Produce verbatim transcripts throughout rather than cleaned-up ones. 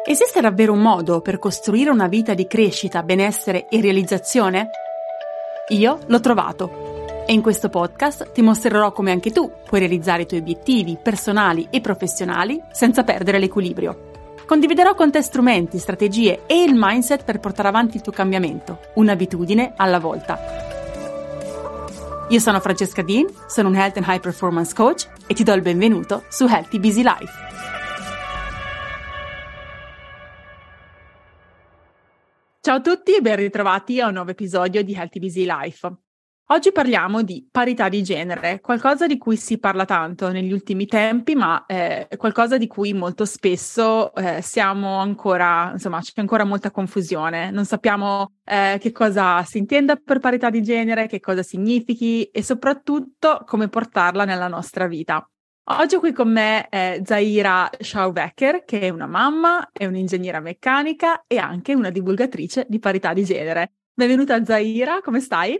Esiste davvero un modo per costruire una vita di crescita, benessere e realizzazione? Io l'ho trovato e in questo podcast ti mostrerò come anche tu puoi realizzare i tuoi obiettivi personali e professionali senza perdere l'equilibrio. Condividerò con te strumenti, strategie e il mindset per portare avanti il tuo cambiamento, un'abitudine alla volta. Io sono Francesca Dean, sono un Health and High Performance Coach e ti do il benvenuto su Healthy Busy Life. Ciao a tutti e ben ritrovati a un nuovo episodio di Healthy Busy Life. Oggi parliamo di parità di genere, qualcosa di cui si parla tanto negli ultimi tempi, ma è qualcosa di cui molto spesso eh, siamo ancora, insomma, c'è ancora molta confusione. Non sappiamo eh, che cosa si intenda per parità di genere, che cosa significhi e soprattutto come portarla nella nostra vita. Oggi qui con me è Zaira Schauwecker, che è una mamma, è un'ingegnera meccanica e anche una divulgatrice di parità di genere. Benvenuta Zaira, come stai?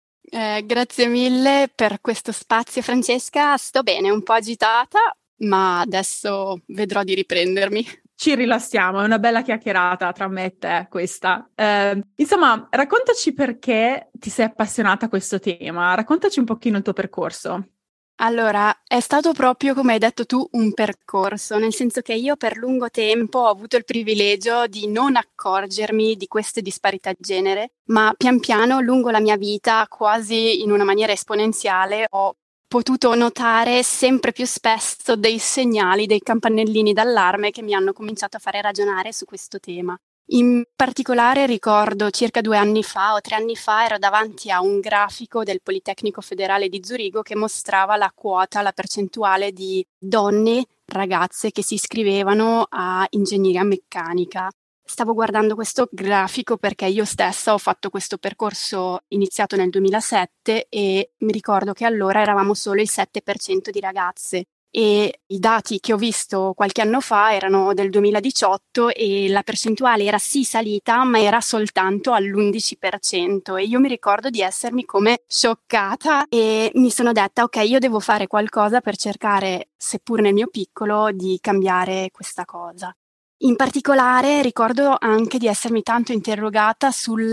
Eh, grazie mille per questo spazio, Francesca. Sto bene, un po' agitata, ma adesso vedrò di riprendermi. Ci rilassiamo, è una bella chiacchierata tra me e te questa. Eh, insomma, raccontaci perché ti sei appassionata a questo tema, raccontaci un pochino il tuo percorso. Allora, è stato proprio, come hai detto tu, un percorso, nel senso che io per lungo tempo ho avuto il privilegio di non accorgermi di queste disparità di genere, ma pian piano, lungo la mia vita, quasi in una maniera esponenziale, ho potuto notare sempre più spesso dei segnali, dei campanellini d'allarme che mi hanno cominciato a fare ragionare su questo tema. In particolare ricordo circa due anni fa o tre anni fa ero davanti a un grafico del Politecnico Federale di Zurigo che mostrava la quota, la percentuale di donne, ragazze che si iscrivevano a ingegneria meccanica. Stavo guardando questo grafico perché io stessa ho fatto questo percorso iniziato nel duemilasette e mi ricordo che allora eravamo solo il sette per cento di ragazze. E i dati che ho visto qualche anno fa erano del duemiladiciotto e la percentuale era sì salita, ma era soltanto all'undici per cento e io mi ricordo di essermi come scioccata e mi sono detta ok, io devo fare qualcosa per cercare, seppur nel mio piccolo, di cambiare questa cosa. In particolare ricordo anche di essermi tanto interrogata sul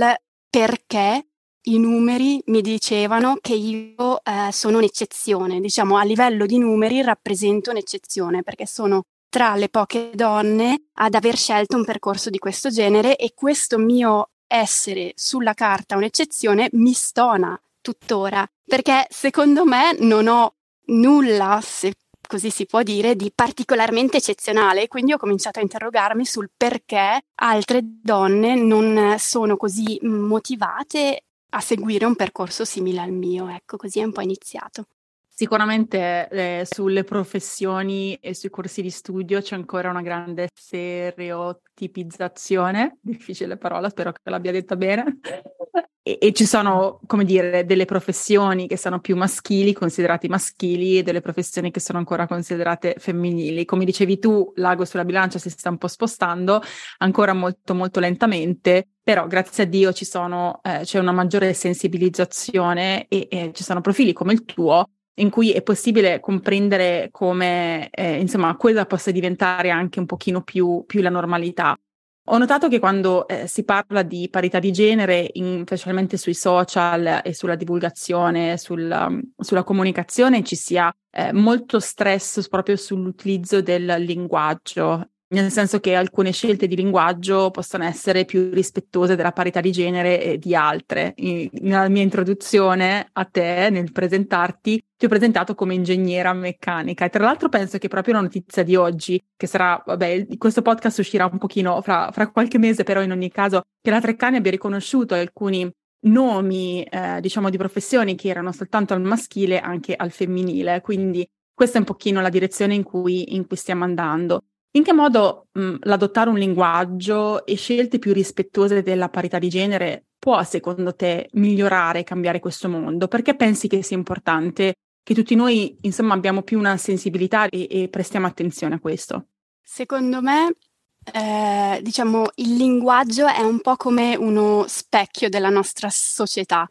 perché i numeri mi dicevano che io eh, sono un'eccezione, diciamo a livello di numeri rappresento un'eccezione perché sono tra le poche donne ad aver scelto un percorso di questo genere e questo mio essere sulla carta un'eccezione mi stona tuttora perché secondo me non ho nulla, se così si può dire, di particolarmente eccezionale, quindi ho cominciato a interrogarmi sul perché altre donne non sono così motivate a seguire un percorso simile al mio, ecco, così è un po' iniziato. Sicuramente eh, sulle professioni e sui corsi di studio c'è ancora una grande stereotipizzazione, difficile parola, spero che l'abbia detta bene, e, e ci sono, come dire, delle professioni che sono più maschili, considerate maschili, e delle professioni che sono ancora considerate femminili. Come dicevi tu, l'ago sulla bilancia si sta un po' spostando, ancora molto molto lentamente, però grazie a Dio ci sono, eh, c'è una maggiore sensibilizzazione e, e ci sono profili come il tuo in cui è possibile comprendere come, eh, insomma, quella possa diventare anche un pochino più, più la normalità. Ho notato che quando eh, si parla di parità di genere, in, specialmente sui social e sulla divulgazione, sul, um, sulla comunicazione, ci sia eh, molto stress proprio sull'utilizzo del linguaggio, nel senso che alcune scelte di linguaggio possono essere più rispettose della parità di genere e di altre. In, nella mia introduzione a te, nel presentarti, ti ho presentato come ingegnera meccanica e tra l'altro penso che proprio la notizia di oggi, che sarà, vabbè, questo podcast uscirà un pochino fra, fra qualche mese, però in ogni caso che la Treccani abbia riconosciuto alcuni nomi, eh, diciamo, di professioni che erano soltanto al maschile anche al femminile, quindi questa è un pochino la direzione in cui, in cui stiamo andando. In che modo mh, l'adottare un linguaggio e scelte più rispettose della parità di genere può, secondo te, migliorare e cambiare questo mondo? Perché pensi che sia importante che tutti noi, insomma, abbiamo più una sensibilità e, e prestiamo attenzione a questo? Secondo me, eh, diciamo, il linguaggio è un po' come uno specchio della nostra società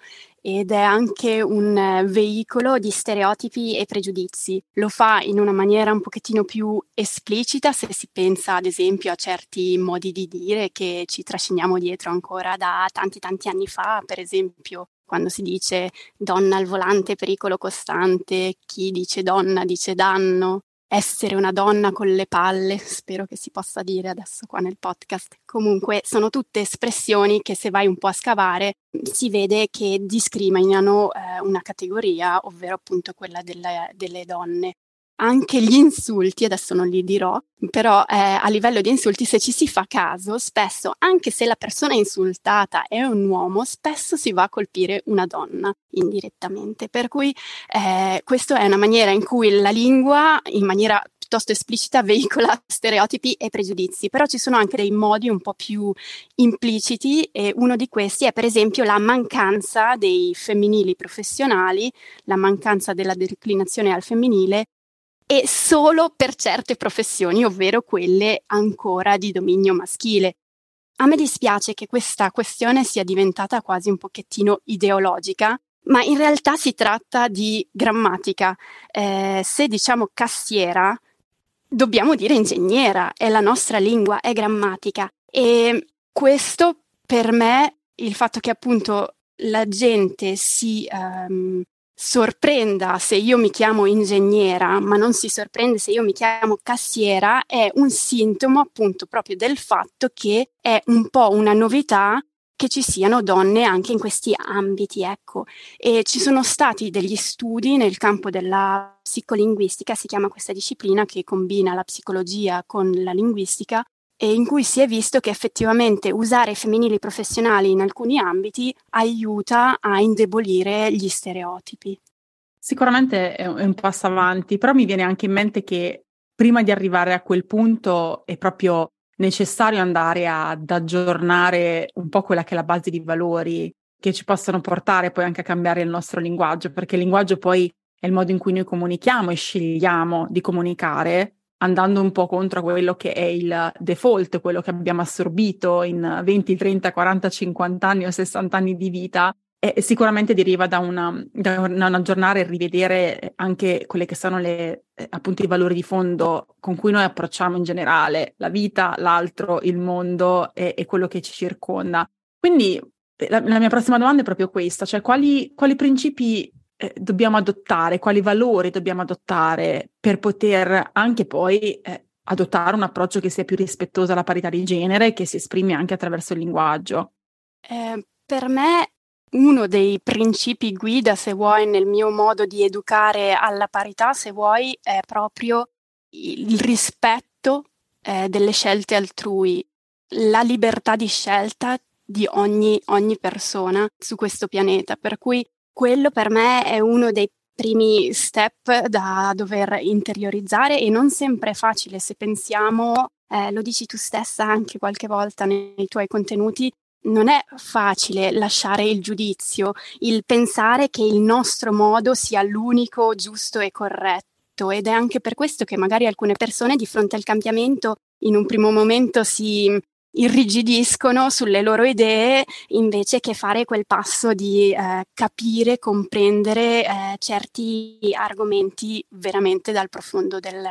ed è anche un eh, veicolo di stereotipi e pregiudizi. Lo fa in una maniera un pochettino più esplicita, se si pensa ad esempio a certi modi di dire che ci trasciniamo dietro ancora da tanti tanti anni fa, per esempio quando si dice donna al volante, pericolo costante, chi dice donna dice danno. Essere una donna con le palle, spero che si possa dire adesso qua nel podcast. Comunque sono tutte espressioni che se vai un po' a scavare si vede che discriminano eh, una categoria, ovvero appunto quella delle, delle donne. Anche gli insulti, adesso non li dirò, però eh, a livello di insulti, se ci si fa caso, spesso, anche se la persona insultata è un uomo, spesso si va a colpire una donna indirettamente. Per cui eh, questa è una maniera in cui la lingua, in maniera piuttosto esplicita, veicola stereotipi e pregiudizi, però ci sono anche dei modi un po' più impliciti e uno di questi è per esempio la mancanza dei femminili professionali, la mancanza della declinazione al femminile, e solo per certe professioni, ovvero quelle ancora di dominio maschile. A me dispiace che questa questione sia diventata quasi un pochettino ideologica, ma in realtà si tratta di grammatica. Eh, se diciamo cassiera, dobbiamo dire ingegnera, è la nostra lingua, è grammatica. E questo per me, il fatto che appunto la gente si um, sorprenda se io mi chiamo ingegnera, ma non si sorprende se io mi chiamo cassiera, è un sintomo appunto proprio del fatto che è un po' una novità che ci siano donne anche in questi ambiti, ecco. E ci sono stati degli studi nel campo della psicolinguistica, si chiama questa disciplina che combina la psicologia con la linguistica, e in cui si è visto che effettivamente usare femminili professionali in alcuni ambiti aiuta a indebolire gli stereotipi. Sicuramente è un passo avanti, però mi viene anche in mente che prima di arrivare a quel punto è proprio necessario andare ad aggiornare un po' quella che è la base di valori che ci possono portare poi anche a cambiare il nostro linguaggio, perché il linguaggio poi è il modo in cui noi comunichiamo e scegliamo di comunicare, andando un po' contro quello che è il default, quello che abbiamo assorbito in venti, trenta, quaranta, cinquanta anni o sessanta anni di vita. E sicuramente deriva da, una, da un aggiornare e rivedere anche quelle che sono le, eh, appunto i valori di fondo con cui noi approcciamo in generale la vita, l'altro, il mondo e, e quello che ci circonda. Quindi la, la mia prossima domanda è proprio questa, cioè quali, quali principi eh, dobbiamo adottare, quali valori dobbiamo adottare per poter anche poi eh, adottare un approccio che sia più rispettoso alla parità di genere e che si esprime anche attraverso il linguaggio? Eh, per me uno dei principi guida, se vuoi, nel mio modo di educare alla parità, se vuoi, è proprio il rispetto eh, delle scelte altrui, la libertà di scelta di ogni, ogni persona su questo pianeta. Per cui quello per me è uno dei primi step da dover interiorizzare, e non sempre è facile se pensiamo, eh, lo dici tu stessa anche qualche volta nei tuoi contenuti, non è facile lasciare il giudizio, il pensare che il nostro modo sia l'unico giusto e corretto, ed è anche per questo che magari alcune persone di fronte al cambiamento in un primo momento si irrigidiscono sulle loro idee invece che fare quel passo di eh, capire, comprendere eh, certi argomenti veramente dal profondo del,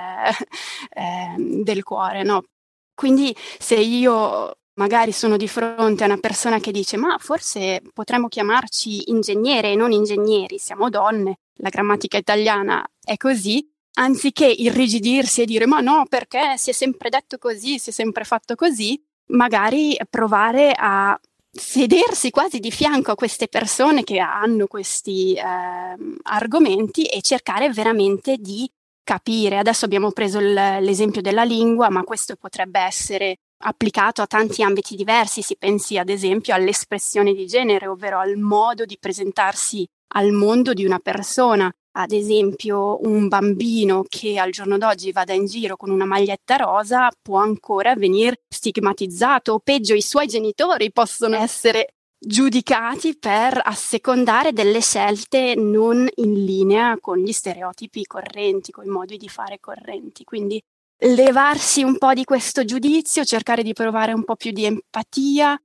eh, del cuore, no? Quindi se io magari sono di fronte a una persona che dice ma forse potremmo chiamarci ingegnere e non ingegneri, siamo donne, la grammatica italiana è così, anziché irrigidirsi e dire ma no, perché si è sempre detto così, si è sempre fatto così, magari provare a sedersi quasi di fianco a queste persone che hanno questi eh, argomenti e cercare veramente di capire. Adesso abbiamo preso l- l'esempio della lingua, ma questo potrebbe essere applicato a tanti ambiti diversi. Si pensi ad esempio all'espressione di genere, ovvero al modo di presentarsi al mondo di una persona. Ad esempio, un bambino che al giorno d'oggi vada in giro con una maglietta rosa può ancora venire stigmatizzato, o peggio, i suoi genitori possono essere giudicati per assecondare delle scelte non in linea con gli stereotipi correnti, con i modi di fare correnti. Quindi levarsi un po' di questo giudizio, cercare di provare un po' più di empatia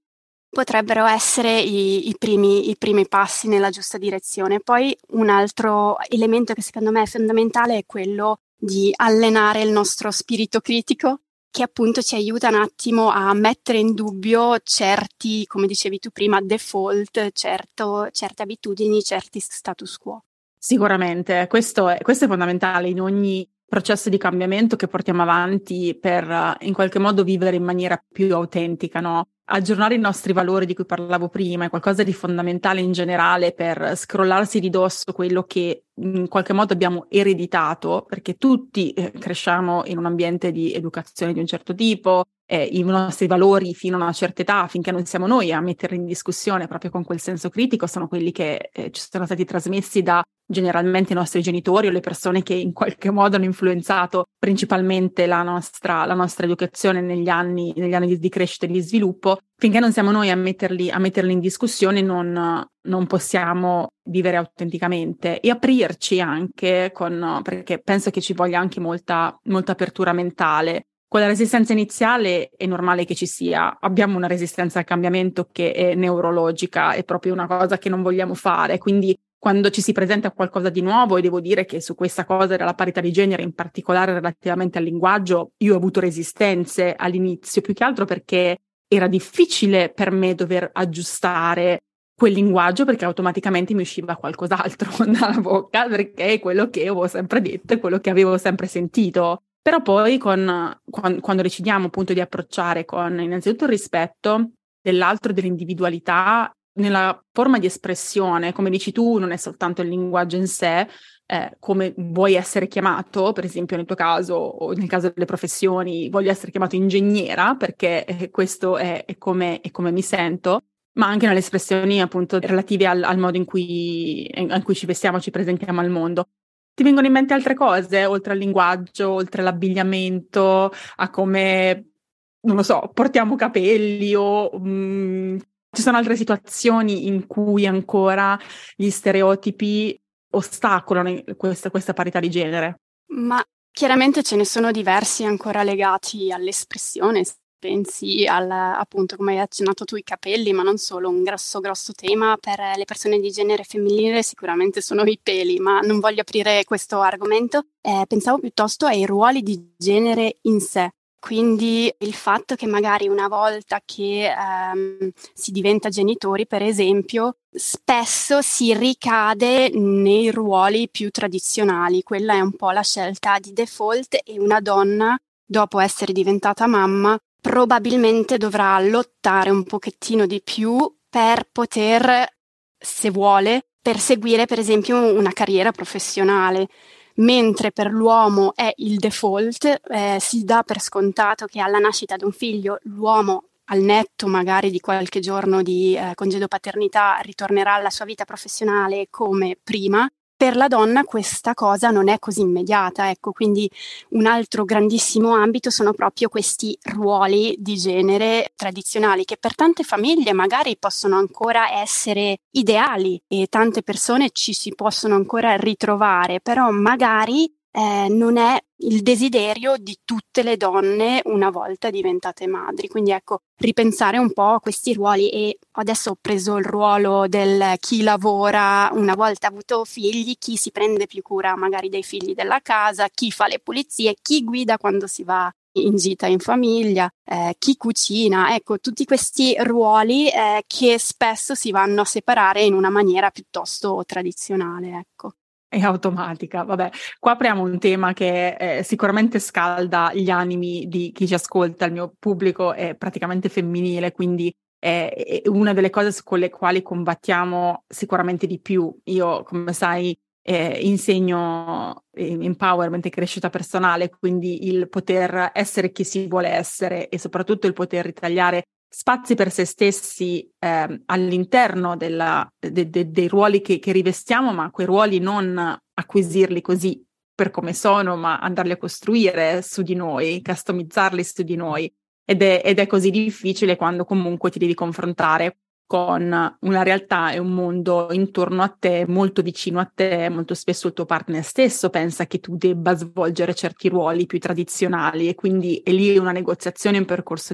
potrebbero essere i, i, primi, i primi passi nella giusta direzione. Poi un altro elemento che secondo me è fondamentale è quello di allenare il nostro spirito critico, che appunto ci aiuta un attimo a mettere in dubbio certi, come dicevi tu prima, default, certo, certe abitudini, certi status quo. Sicuramente, questo è, questo è fondamentale in ogni processo di cambiamento che portiamo avanti per in qualche modo vivere in maniera più autentica, no? Aggiornare i nostri valori di cui parlavo prima è qualcosa di fondamentale in generale per scrollarsi di dosso quello che in qualche modo abbiamo ereditato, perché tutti eh, cresciamo in un ambiente di educazione di un certo tipo, eh, i nostri valori fino a una certa età, finché non siamo noi a metterli in discussione proprio con quel senso critico, sono quelli che eh, ci sono stati trasmessi da generalmente i nostri genitori o le persone che in qualche modo hanno influenzato principalmente la nostra, la nostra educazione negli anni, negli anni di, di crescita e di sviluppo. Finché non siamo noi a metterli, a metterli in discussione non, non possiamo vivere autenticamente e aprirci anche con, perché penso che ci voglia anche molta, molta apertura mentale. Con la resistenza iniziale è normale che ci sia, abbiamo una resistenza al cambiamento che è neurologica, è proprio una cosa che non vogliamo fare, quindi quando ci si presenta qualcosa di nuovo, e devo dire che su questa cosa della parità di genere, in particolare relativamente al linguaggio, io ho avuto resistenze all'inizio, più che altro perché era difficile per me dover aggiustare quel linguaggio perché automaticamente mi usciva qualcos'altro dalla bocca, perché è quello che avevo sempre detto, è quello che avevo sempre sentito. Però poi con, quando, quando decidiamo appunto di approcciare con innanzitutto il rispetto dell'altro, dell'individualità, nella forma di espressione, come dici tu, non è soltanto il linguaggio in sé, eh, come vuoi essere chiamato, per esempio nel tuo caso o nel caso delle professioni, voglio essere chiamato ingegnera perché eh, questo è, è, come, è come mi sento, ma anche nelle espressioni appunto relative al, al modo in cui, in cui ci vestiamo, ci presentiamo al mondo. Ti vengono in mente altre cose, oltre al linguaggio, oltre all'abbigliamento, a come, non lo so, portiamo capelli o mh, ci sono altre situazioni in cui ancora gli stereotipi ostacolano questa, questa parità di genere? Ma chiaramente ce ne sono diversi ancora legati all'espressione. Pensi al, appunto, come hai accennato tu, i capelli, ma non solo. Un grosso grosso tema per le persone di genere femminile sicuramente sono i peli, ma non voglio aprire questo argomento. Eh, pensavo piuttosto ai ruoli di genere in sé. Quindi il fatto che magari una volta che ehm, si diventa genitori, per esempio, spesso si ricade nei ruoli più tradizionali. Quella è un po' la scelta di default e una donna, dopo essere diventata mamma, probabilmente dovrà lottare un pochettino di più per poter, se vuole, perseguire per esempio una carriera professionale. Mentre per l'uomo è il default, eh, si dà per scontato che alla nascita di un figlio l'uomo, al netto magari di qualche giorno di eh, congedo paternità, ritornerà alla sua vita professionale come prima. Per la donna questa cosa non è così immediata, ecco, quindi un altro grandissimo ambito sono proprio questi ruoli di genere tradizionali che per tante famiglie magari possono ancora essere ideali e tante persone ci si possono ancora ritrovare, però magari eh, non è il desiderio di tutte le donne una volta diventate madri. Quindi ecco, ripensare un po' a questi ruoli. E adesso ho preso il ruolo del chi lavora una volta avuto figli, chi si prende più cura magari dei figli della casa, chi fa le pulizie, chi guida quando si va in gita in famiglia, eh, chi cucina, ecco, tutti questi ruoli eh, che spesso si vanno a separare in una maniera piuttosto tradizionale, ecco. È automatica, vabbè, qua apriamo un tema che eh, sicuramente scalda gli animi di chi ci ascolta, il mio pubblico è praticamente femminile, quindi è, è una delle cose con le quali combattiamo sicuramente di più. Io, come sai, eh, insegno empowerment e crescita personale, quindi il poter essere chi si vuole essere e soprattutto il poter ritagliare spazi per se stessi eh, all'interno della, de, de, dei ruoli che, che rivestiamo, ma quei ruoli non acquisirli così per come sono, ma andarli a costruire su di noi, customizzarli su di noi. Ed è, ed è così difficile quando comunque ti devi confrontare con una realtà e un mondo intorno a te, molto vicino a te. Molto spesso il tuo partner stesso pensa che tu debba svolgere certi ruoli più tradizionali e quindi è lì una negoziazione, un percorso di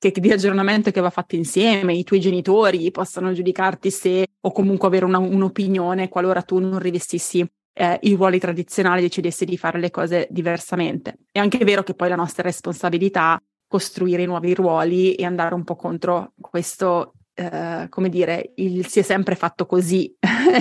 che di aggiornamento che va fatto insieme, i tuoi genitori possano giudicarti se o comunque avere una, un'opinione qualora tu non rivestissi eh, i ruoli tradizionali e decidessi di fare le cose diversamente. È anche vero che poi la nostra responsabilità costruire i nuovi ruoli e andare un po' contro questo, eh, come dire, il si è sempre fatto così,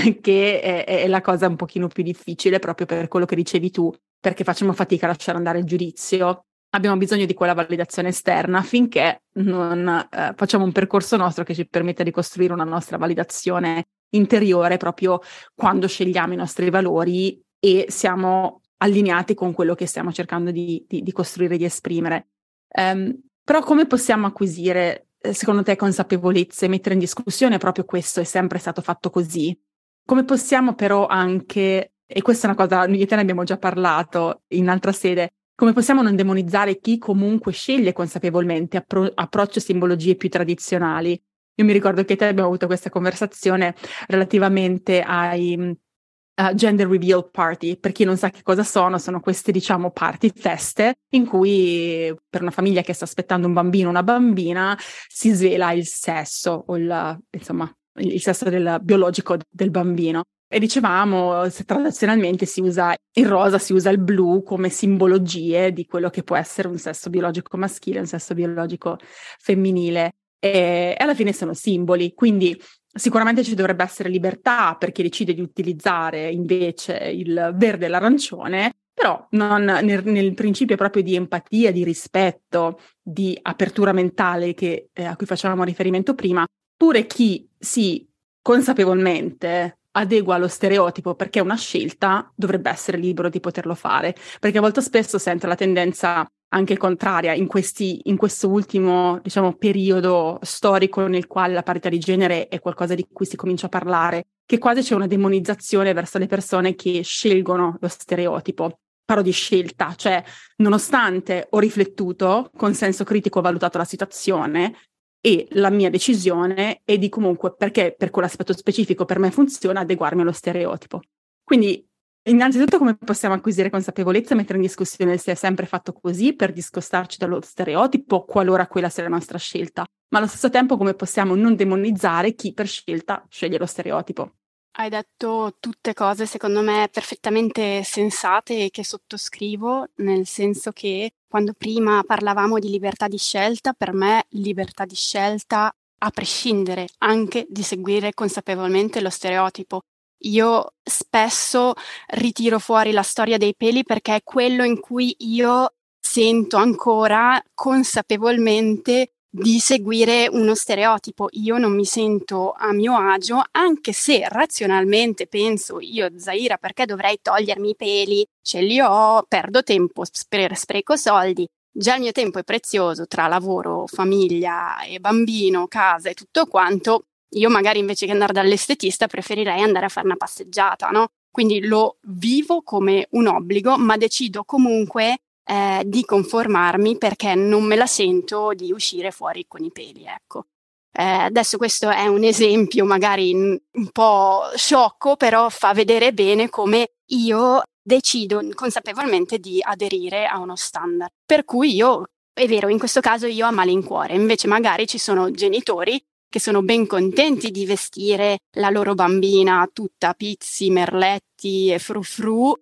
che è, è la cosa un pochino più difficile proprio per quello che dicevi tu, perché facciamo fatica a lasciare andare il giudizio. Abbiamo bisogno di quella validazione esterna finché non eh, facciamo un percorso nostro che ci permetta di costruire una nostra validazione interiore proprio quando scegliamo i nostri valori e siamo allineati con quello che stiamo cercando di, di, di costruire, di esprimere. Um, però come possiamo acquisire, eh, secondo te, consapevolezza e mettere in discussione proprio questo? È sempre stato fatto così? Come possiamo però anche, e questa è una cosa, noi e te ne abbiamo già parlato in altra sede, come possiamo non demonizzare chi comunque sceglie consapevolmente appro- approccio e simbologie più tradizionali? Io mi ricordo che te abbiamo avuto questa conversazione relativamente ai uh, gender reveal party. Per chi non sa che cosa sono, sono queste, diciamo, party, feste, in cui per una famiglia che sta aspettando un bambino o una bambina si svela il sesso, o il, insomma, il sesso del biologico del bambino. E dicevamo, se tradizionalmente si usa il rosa, si usa il blu come simbologie di quello che può essere un sesso biologico maschile, un sesso biologico femminile, e, e alla fine sono simboli, quindi sicuramente ci dovrebbe essere libertà per chi decide di utilizzare invece il verde e l'arancione, però non, nel, nel principio proprio di empatia, di rispetto, di apertura mentale che, eh, a cui facevamo riferimento prima, pure chi si consapevolmente adegua allo stereotipo perché è una scelta, dovrebbe essere libero di poterlo fare, perché molto spesso sento la tendenza anche contraria in questi, in questo ultimo, diciamo, periodo storico nel quale la parità di genere è qualcosa di cui si comincia a parlare, che quasi c'è una demonizzazione verso le persone che scelgono lo stereotipo. Parlo di scelta, cioè nonostante ho riflettuto, con senso critico ho valutato la situazione, e la mia decisione è di comunque, perché per quell'aspetto specifico per me funziona, adeguarmi allo stereotipo. Quindi, innanzitutto, come possiamo acquisire consapevolezza e mettere in discussione se è sempre fatto così per discostarci dallo stereotipo, qualora quella sia la nostra scelta, ma allo stesso tempo come possiamo non demonizzare chi per scelta sceglie lo stereotipo. Hai detto tutte cose, secondo me, perfettamente sensate e che sottoscrivo, nel senso che quando prima parlavamo di libertà di scelta, per me libertà di scelta a prescindere anche di seguire consapevolmente lo stereotipo. Io spesso ritiro fuori la storia dei peli perché è quello in cui io sento ancora consapevolmente di seguire uno stereotipo. Io non mi sento a mio agio, anche se razionalmente penso io, Zaira, perché dovrei togliermi i peli? Ce li ho, perdo tempo, spre- spreco soldi. Già il mio tempo è prezioso tra lavoro, famiglia e bambino, casa e tutto quanto. Io magari invece che andare dall'estetista preferirei andare a fare una passeggiata, no? Quindi lo vivo come un obbligo, ma decido comunque Eh, di conformarmi perché non me la sento di uscire fuori con i peli, ecco. Eh, adesso questo è un esempio magari un po' sciocco, però fa vedere bene come io decido consapevolmente di aderire a uno standard. Per cui io, è vero, in questo caso io ho a malincuore, invece magari ci sono genitori che sono ben contenti di vestire la loro bambina tutta pizzi, merletti e frufru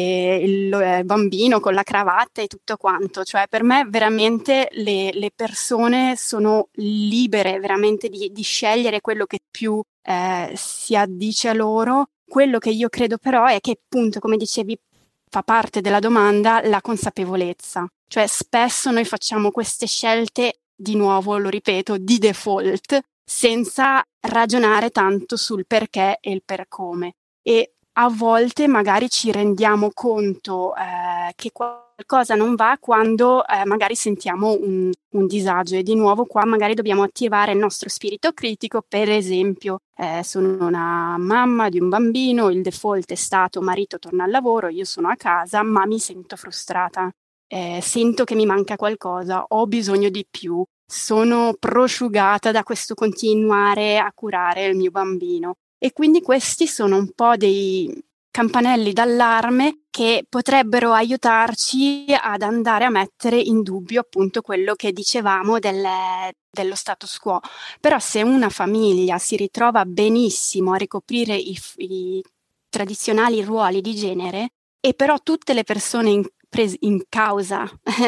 e il bambino con la cravatta e tutto quanto. Cioè per me veramente le, le persone sono libere veramente di, di scegliere quello che più eh, si addice a loro. Quello che io credo però è che appunto, come dicevi, fa parte della domanda la consapevolezza. Cioè spesso noi facciamo queste scelte, di nuovo lo ripeto, di default, senza ragionare tanto sul perché e il per come. E a volte magari ci rendiamo conto eh, che qualcosa non va quando eh, magari sentiamo un, un disagio, e di nuovo qua magari dobbiamo attivare il nostro spirito critico. Per esempio, eh, sono una mamma di un bambino, il default è stato marito torna al lavoro, io sono a casa, ma mi sento frustrata, eh, sento che mi manca qualcosa, ho bisogno di più. Sono prosciugata da questo continuare a curare il mio bambino. E quindi questi sono un po' dei, campanelli d'allarme che potrebbero aiutarci ad andare a mettere in dubbio appunto quello che dicevamo del, dello status quo. Però se una famiglia si ritrova benissimo a ricoprire i, i tradizionali ruoli di genere e però tutte le persone in, pres- in causa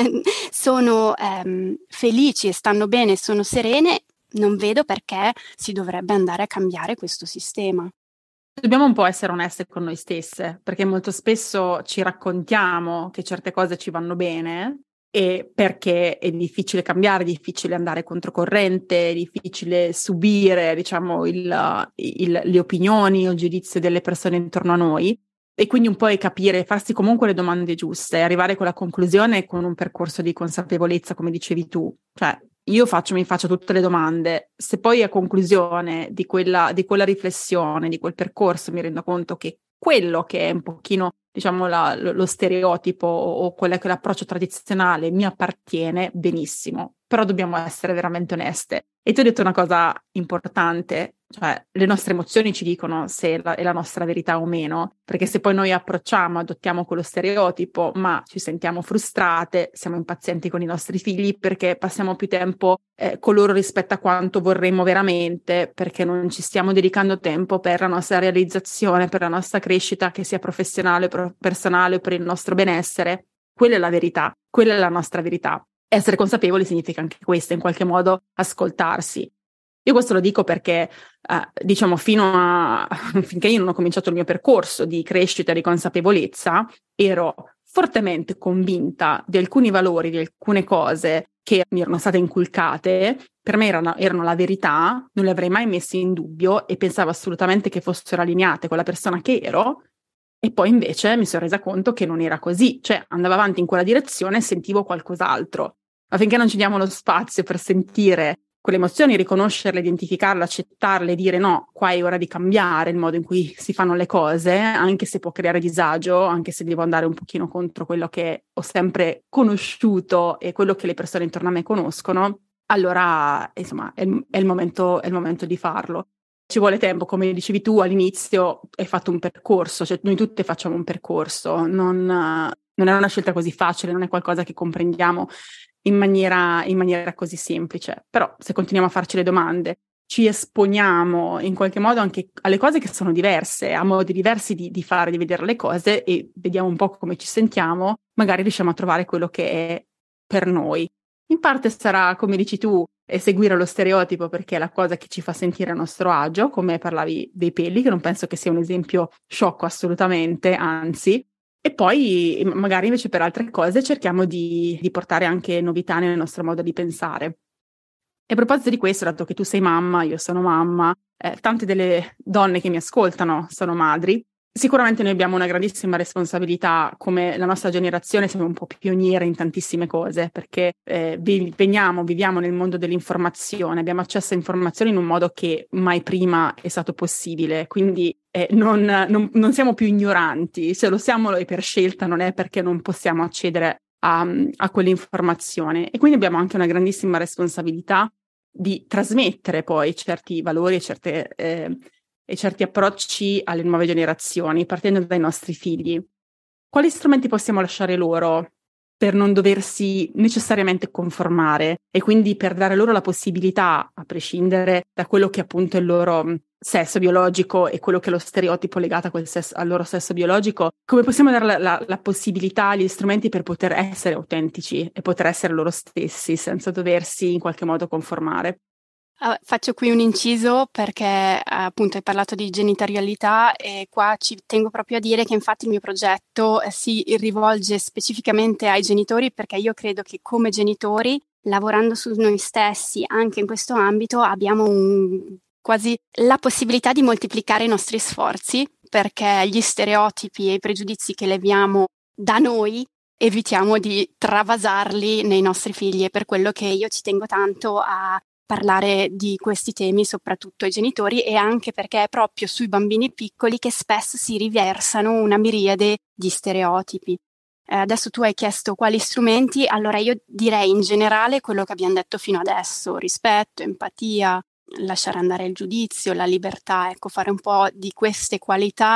sono ehm, felici e stanno bene, sono serene, non vedo perché si dovrebbe andare a cambiare questo sistema. Dobbiamo un po' essere oneste con noi stesse, perché molto spesso ci raccontiamo che certe cose ci vanno bene e perché è difficile cambiare, è difficile andare controcorrente, è difficile subire, diciamo, il, il, le opinioni o il giudizio delle persone intorno a noi. E quindi un po' è capire, farsi comunque le domande giuste, arrivare con la conclusione con un percorso di consapevolezza, come dicevi tu. Cioè, io faccio, mi faccio tutte le domande, se poi a conclusione di quella, di quella riflessione, di quel percorso mi rendo conto che quello che è un pochino, diciamo, la, lo, lo stereotipo o quello che è l'approccio tradizionale mi appartiene, benissimo, però dobbiamo essere veramente oneste. E tu hai detto una cosa importante, cioè le nostre emozioni ci dicono se la, è la nostra verità o meno, perché se poi noi approcciamo, adottiamo quello stereotipo, ma ci sentiamo frustrate, siamo impazienti con i nostri figli perché passiamo più tempo eh, con loro rispetto a quanto vorremmo veramente, perché non ci stiamo dedicando tempo per la nostra realizzazione, per la nostra crescita, che sia professionale, pro- personale o per il nostro benessere. Quella è la verità, quella è la nostra verità. Essere consapevoli significa anche questo, in qualche modo ascoltarsi. Io questo lo dico perché, eh, diciamo, fino a finché io non ho cominciato il mio percorso di crescita e di consapevolezza, ero fortemente convinta di alcuni valori, di alcune cose che mi erano state inculcate, per me erano, erano la verità, non le avrei mai messe in dubbio e pensavo assolutamente che fossero allineate con la persona che ero. E poi invece mi sono resa conto che non era così, cioè andavo avanti in quella direzione e sentivo qualcos'altro. Ma finché non ci diamo lo spazio per sentire quelle emozioni, riconoscerle, identificarle, accettarle, dire no, qua è ora di cambiare il modo in cui si fanno le cose, anche se può creare disagio, anche se devo andare un pochino contro quello che ho sempre conosciuto e quello che le persone intorno a me conoscono, allora insomma è il, è il momento, è il momento di farlo. Ci vuole tempo, come dicevi tu all'inizio, hai fatto un percorso, cioè noi tutte facciamo un percorso, non, non è una scelta così facile, non è qualcosa che comprendiamo in maniera, in maniera così semplice, però se continuiamo a farci le domande, ci esponiamo in qualche modo anche alle cose che sono diverse, a modi diversi di, di fare, di vedere le cose e vediamo un po' come ci sentiamo, magari riusciamo a trovare quello che è per noi. In parte sarà, come dici tu, seguire lo stereotipo perché è la cosa che ci fa sentire a nostro agio, come parlavi dei peli, che non penso che sia un esempio sciocco assolutamente, anzi. E poi magari invece per altre cose cerchiamo di, di portare anche novità nel nostro modo di pensare. E a proposito di questo, dato che tu sei mamma, io sono mamma, eh, tante delle donne che mi ascoltano sono madri, sicuramente noi abbiamo una grandissima responsabilità, come la nostra generazione siamo un po' pioniere in tantissime cose, perché eh, vi, veniamo, viviamo nel mondo dell'informazione, abbiamo accesso a informazioni in un modo che mai prima è stato possibile, quindi eh, non, non, non siamo più ignoranti, se lo siamo è per scelta, non è perché non possiamo accedere a, a quell'informazione. E quindi abbiamo anche una grandissima responsabilità di trasmettere poi certi valori e certe... Eh, e certi approcci alle nuove generazioni, partendo dai nostri figli. Quali strumenti possiamo lasciare loro per non doversi necessariamente conformare e quindi per dare loro la possibilità, a prescindere da quello che appunto è il loro sesso biologico e quello che è lo stereotipo legato a quel sesso, al loro sesso biologico, come possiamo dare la, la, la possibilità, gli strumenti per poter essere autentici e poter essere loro stessi senza doversi in qualche modo conformare? Uh, faccio qui un inciso perché uh, appunto hai parlato di genitorialità e qua ci tengo proprio a dire che infatti il mio progetto eh, si rivolge specificamente ai genitori perché io credo che come genitori, lavorando su noi stessi anche in questo ambito, abbiamo un, quasi la possibilità di moltiplicare i nostri sforzi perché gli stereotipi e i pregiudizi che leviamo da noi evitiamo di travasarli nei nostri figli, e per quello che io ci tengo tanto a parlare di questi temi soprattutto ai genitori, e anche perché è proprio sui bambini piccoli che spesso si riversano una miriade di stereotipi. Eh, adesso tu hai chiesto quali strumenti, allora io direi in generale quello che abbiamo detto fino adesso: rispetto, empatia, lasciare andare il giudizio, la libertà, ecco, fare un po' di queste qualità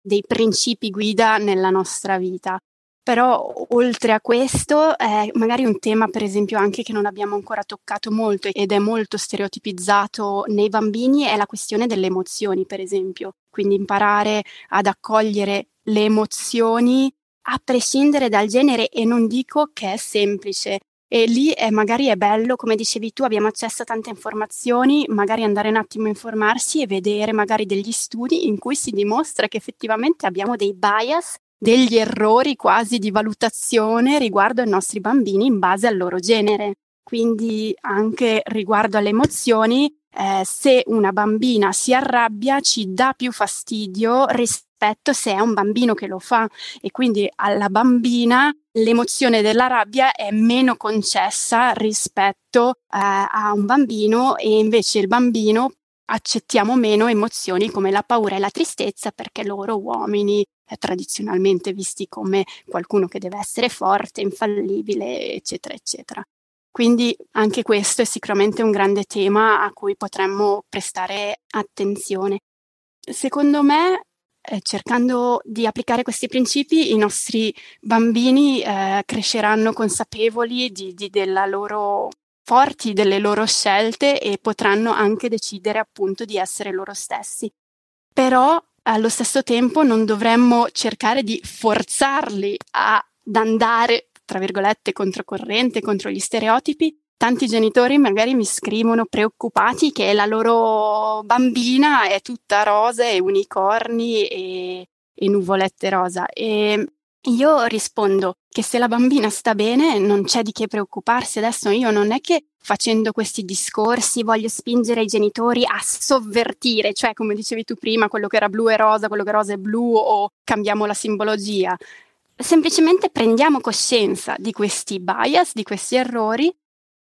dei principi guida nella nostra vita. Però oltre a questo è magari un tema, per esempio, anche che non abbiamo ancora toccato molto ed è molto stereotipizzato nei bambini, è la questione delle emozioni, per esempio. Quindi imparare ad accogliere le emozioni a prescindere dal genere, e non dico che è semplice. E lì è, magari è bello, come dicevi tu, abbiamo accesso a tante informazioni, magari andare un attimo a informarsi e vedere magari degli studi in cui si dimostra che effettivamente abbiamo dei bias, degli errori quasi di valutazione riguardo ai nostri bambini in base al loro genere. Quindi anche riguardo alle emozioni, eh, se una bambina si arrabbia ci dà più fastidio rispetto se è un bambino che lo fa, e quindi alla bambina l'emozione della rabbia è meno concessa rispetto eh, a un bambino, e invece il bambino accettiamo meno emozioni come la paura e la tristezza, perché loro uomini è tradizionalmente visti come qualcuno che deve essere forte, infallibile, eccetera, eccetera. Quindi anche questo è sicuramente un grande tema a cui potremmo prestare attenzione. Secondo me, eh, cercando di applicare questi principi, i nostri bambini eh, cresceranno consapevoli di, di, della loro forti delle loro scelte e potranno anche decidere appunto di essere loro stessi. Però allo stesso tempo non dovremmo cercare di forzarli ad andare, tra virgolette, controcorrente, contro gli stereotipi. Tanti genitori magari mi scrivono preoccupati che la loro bambina è tutta rosa e unicorni e, e nuvolette rosa, e io rispondo che se la bambina sta bene non c'è di che preoccuparsi. Adesso io non è che facendo questi discorsi voglio spingere i genitori a sovvertire, cioè come dicevi tu prima, quello che era blu è rosa, quello che è rosa è blu, o cambiamo la simbologia. Semplicemente prendiamo coscienza di questi bias, di questi errori,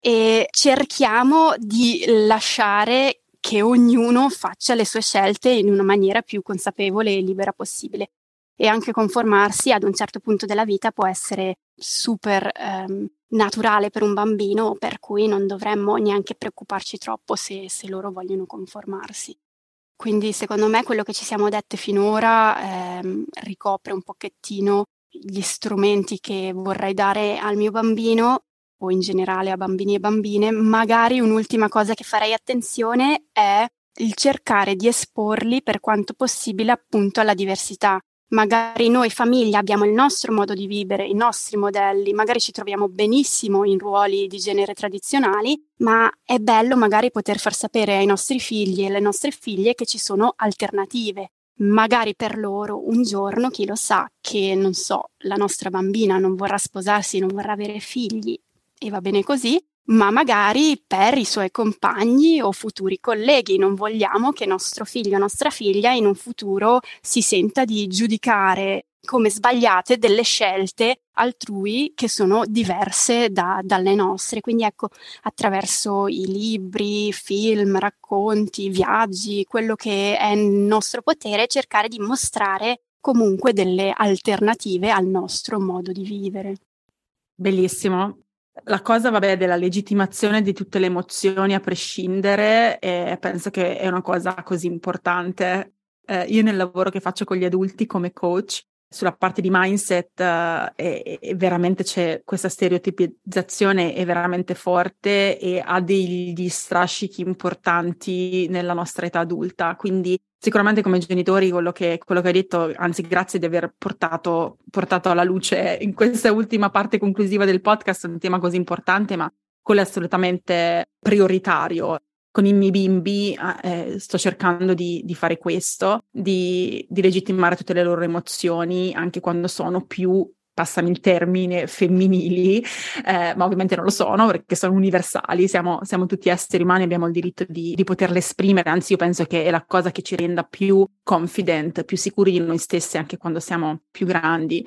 e cerchiamo di lasciare che ognuno faccia le sue scelte in una maniera più consapevole e libera possibile. E anche conformarsi ad un certo punto della vita può essere super ehm, naturale per un bambino, per cui non dovremmo neanche preoccuparci troppo se, se loro vogliono conformarsi. Quindi secondo me quello che ci siamo dette finora ehm, ricopre un pochettino gli strumenti che vorrei dare al mio bambino, o in generale a bambini e bambine. Magari un'ultima cosa che farei attenzione è il cercare di esporli per quanto possibile appunto alla diversità. Magari noi famiglia abbiamo il nostro modo di vivere, i nostri modelli, magari ci troviamo benissimo in ruoli di genere tradizionali, ma è bello magari poter far sapere ai nostri figli e alle nostre figlie che ci sono alternative. Magari per loro un giorno, chi lo sa, che non so, la nostra bambina non vorrà sposarsi, non vorrà avere figli e va bene così, ma magari per i suoi compagni o futuri colleghi non vogliamo che nostro figlio o nostra figlia in un futuro si senta di giudicare come sbagliate delle scelte altrui che sono diverse da, dalle nostre. Quindi ecco, attraverso i libri, film, racconti, viaggi, quello che è nel nostro potere, cercare di mostrare comunque delle alternative al nostro modo di vivere. Bellissimo. La cosa, vabbè, della legittimazione di tutte le emozioni a prescindere, eh, penso che è una cosa così importante. Eh, io nel lavoro che faccio con gli adulti come coach, sulla parte di mindset, eh, e, e veramente c'è questa stereotipizzazione è veramente forte e ha degli strascichi importanti nella nostra età adulta. Quindi sicuramente come genitori quello che, quello che hai detto, anzi grazie di aver portato, portato alla luce in questa ultima parte conclusiva del podcast un tema così importante, ma quello è assolutamente prioritario. Con i miei bimbi eh, sto cercando di, di fare questo, di, di legittimare tutte le loro emozioni, anche quando sono più, passami il termine, femminili, eh, ma ovviamente non lo sono perché sono universali, siamo, siamo tutti esseri umani, abbiamo il diritto di, di poterle esprimere, anzi io penso che è la cosa che ci renda più confident, più sicuri di noi stessi anche quando siamo più grandi.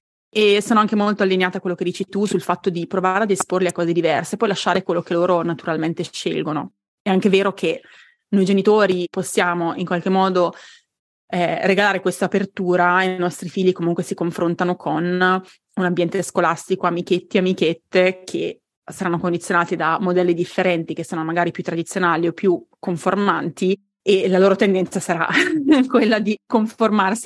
E sono anche molto allineata a quello che dici tu sul fatto di provare ad esporli a cose diverse, poi lasciare quello che loro naturalmente scelgono. È anche vero che noi genitori possiamo in qualche modo eh, regalare questa apertura e i nostri figli comunque si confrontano con un ambiente scolastico, amichetti, amichette che saranno condizionati da modelli differenti che sono magari più tradizionali o più conformanti, e la loro tendenza sarà quella di conformarsi per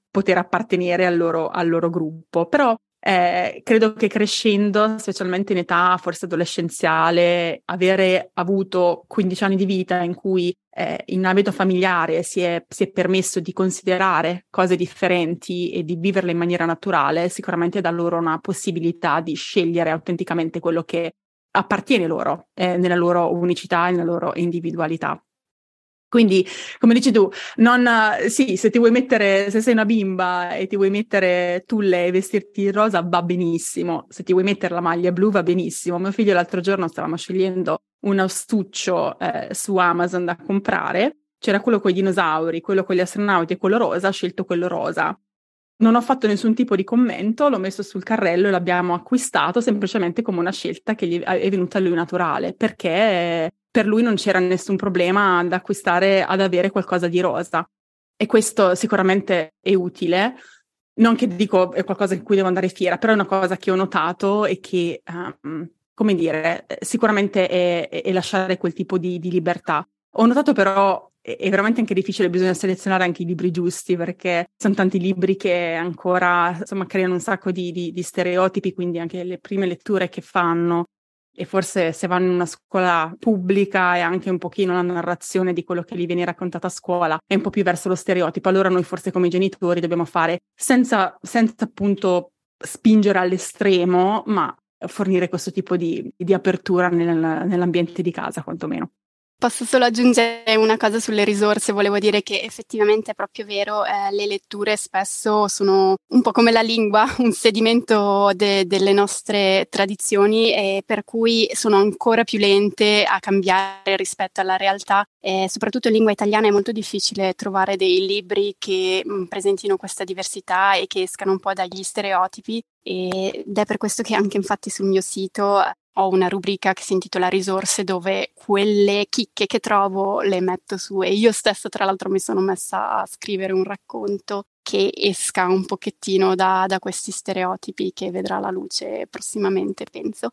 poter appartenere al loro, al loro gruppo. Però eh, credo che crescendo, specialmente in età forse adolescenziale, avere avuto quindici anni di vita in cui eh, in ambito familiare si è, si è permesso di considerare cose differenti e di viverle in maniera naturale, sicuramente dà loro una possibilità di scegliere autenticamente quello che appartiene loro, eh, nella loro unicità e nella loro individualità. Quindi, come dici tu, non, sì, se ti vuoi mettere, se sei una bimba e ti vuoi mettere tulle e vestirti in rosa, va benissimo. Se ti vuoi mettere la maglia blu, va benissimo. Mio figlio l'altro giorno stavamo scegliendo un astuccio eh, su Amazon da comprare. C'era quello con i dinosauri, quello con gli astronauti e quello rosa, ha scelto quello rosa. Non ho fatto nessun tipo di commento, l'ho messo sul carrello e l'abbiamo acquistato semplicemente come una scelta che gli è venuta a lui naturale, perché per lui non c'era nessun problema ad acquistare, ad avere qualcosa di rosa. E questo sicuramente è utile. Non che dico è qualcosa in cui devo andare fiera, però è una cosa che ho notato e che, um, come dire, sicuramente è, è lasciare quel tipo di, di libertà. Ho notato però è veramente anche difficile, bisogna selezionare anche i libri giusti, perché sono tanti libri che ancora, insomma, creano un sacco di, di, di stereotipi, quindi anche le prime letture che fanno, e forse se vanno in una scuola pubblica e anche un pochino la narrazione di quello che gli viene raccontato a scuola è un po' più verso lo stereotipo, allora noi forse come genitori dobbiamo fare senza, senza appunto spingere all'estremo, ma fornire questo tipo di, di apertura nel, nell'ambiente di casa, quantomeno. Posso solo aggiungere una cosa sulle risorse, volevo dire che effettivamente è proprio vero, eh, le letture spesso sono un po' come la lingua, un sedimento de- delle nostre tradizioni e per cui sono ancora più lente a cambiare rispetto alla realtà. E soprattutto in lingua italiana è molto difficile trovare dei libri che mh, presentino questa diversità e che escano un po' dagli stereotipi, ed è per questo che anche infatti sul mio sito ho una rubrica che si intitola risorse, dove quelle chicche che trovo le metto su, e io stessa tra l'altro mi sono messa a scrivere un racconto che esca un pochettino da, da questi stereotipi, che vedrà la luce prossimamente, penso,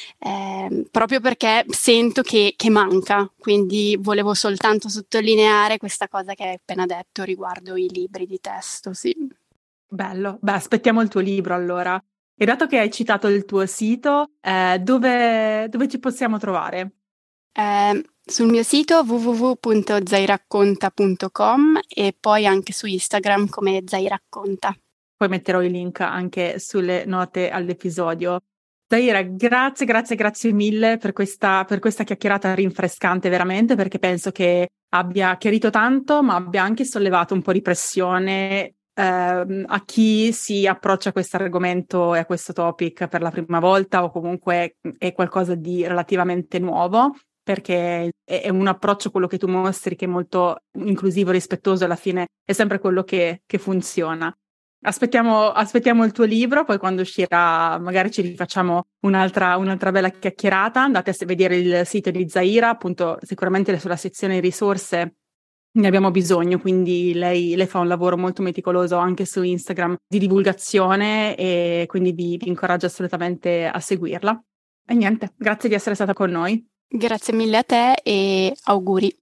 eh, proprio perché sento che, che manca, quindi volevo soltanto sottolineare questa cosa che hai appena detto riguardo i libri di testo, sì. Bello, beh, aspettiamo il tuo libro allora. E dato che hai citato il tuo sito, eh, dove, dove ci possiamo trovare? Eh, sul mio sito w w w punto zairacconta punto com e poi anche su Instagram come Zairacconta. Poi metterò i link anche sulle note all'episodio. Zaira, grazie, grazie, grazie mille per questa, per questa chiacchierata rinfrescante veramente, perché penso che abbia chiarito tanto, ma abbia anche sollevato un po' di pressione Uh, a chi si approccia a questo argomento e a questo topic per la prima volta, o comunque è qualcosa di relativamente nuovo, perché è, è un approccio, quello che tu mostri, che è molto inclusivo, rispettoso, alla fine è sempre quello che, che funziona. Aspettiamo, aspettiamo il tuo libro, poi quando uscirà magari ci rifacciamo un'altra, un'altra bella chiacchierata. Andate a vedere il sito di Zaira, appunto, sicuramente sulla sezione risorse ne abbiamo bisogno, quindi lei, lei fa un lavoro molto meticoloso anche su Instagram di divulgazione, e quindi vi, vi incoraggio assolutamente a seguirla. E niente, grazie di essere stata con noi. Grazie mille a te e auguri.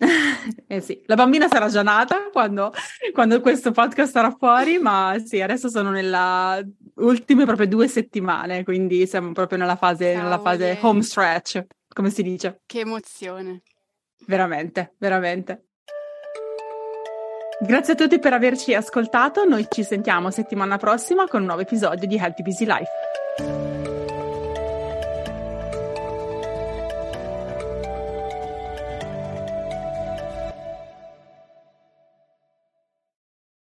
Eh sì, la bambina sarà già nata quando, quando questo podcast sarà fuori, ma sì, adesso sono nella ultime proprio due settimane, quindi siamo proprio nella fase, nella fase home stretch, come si dice. Che emozione. Veramente, veramente. Grazie a tutti per averci ascoltato, noi ci sentiamo settimana prossima con un nuovo episodio di Healthy Busy Life.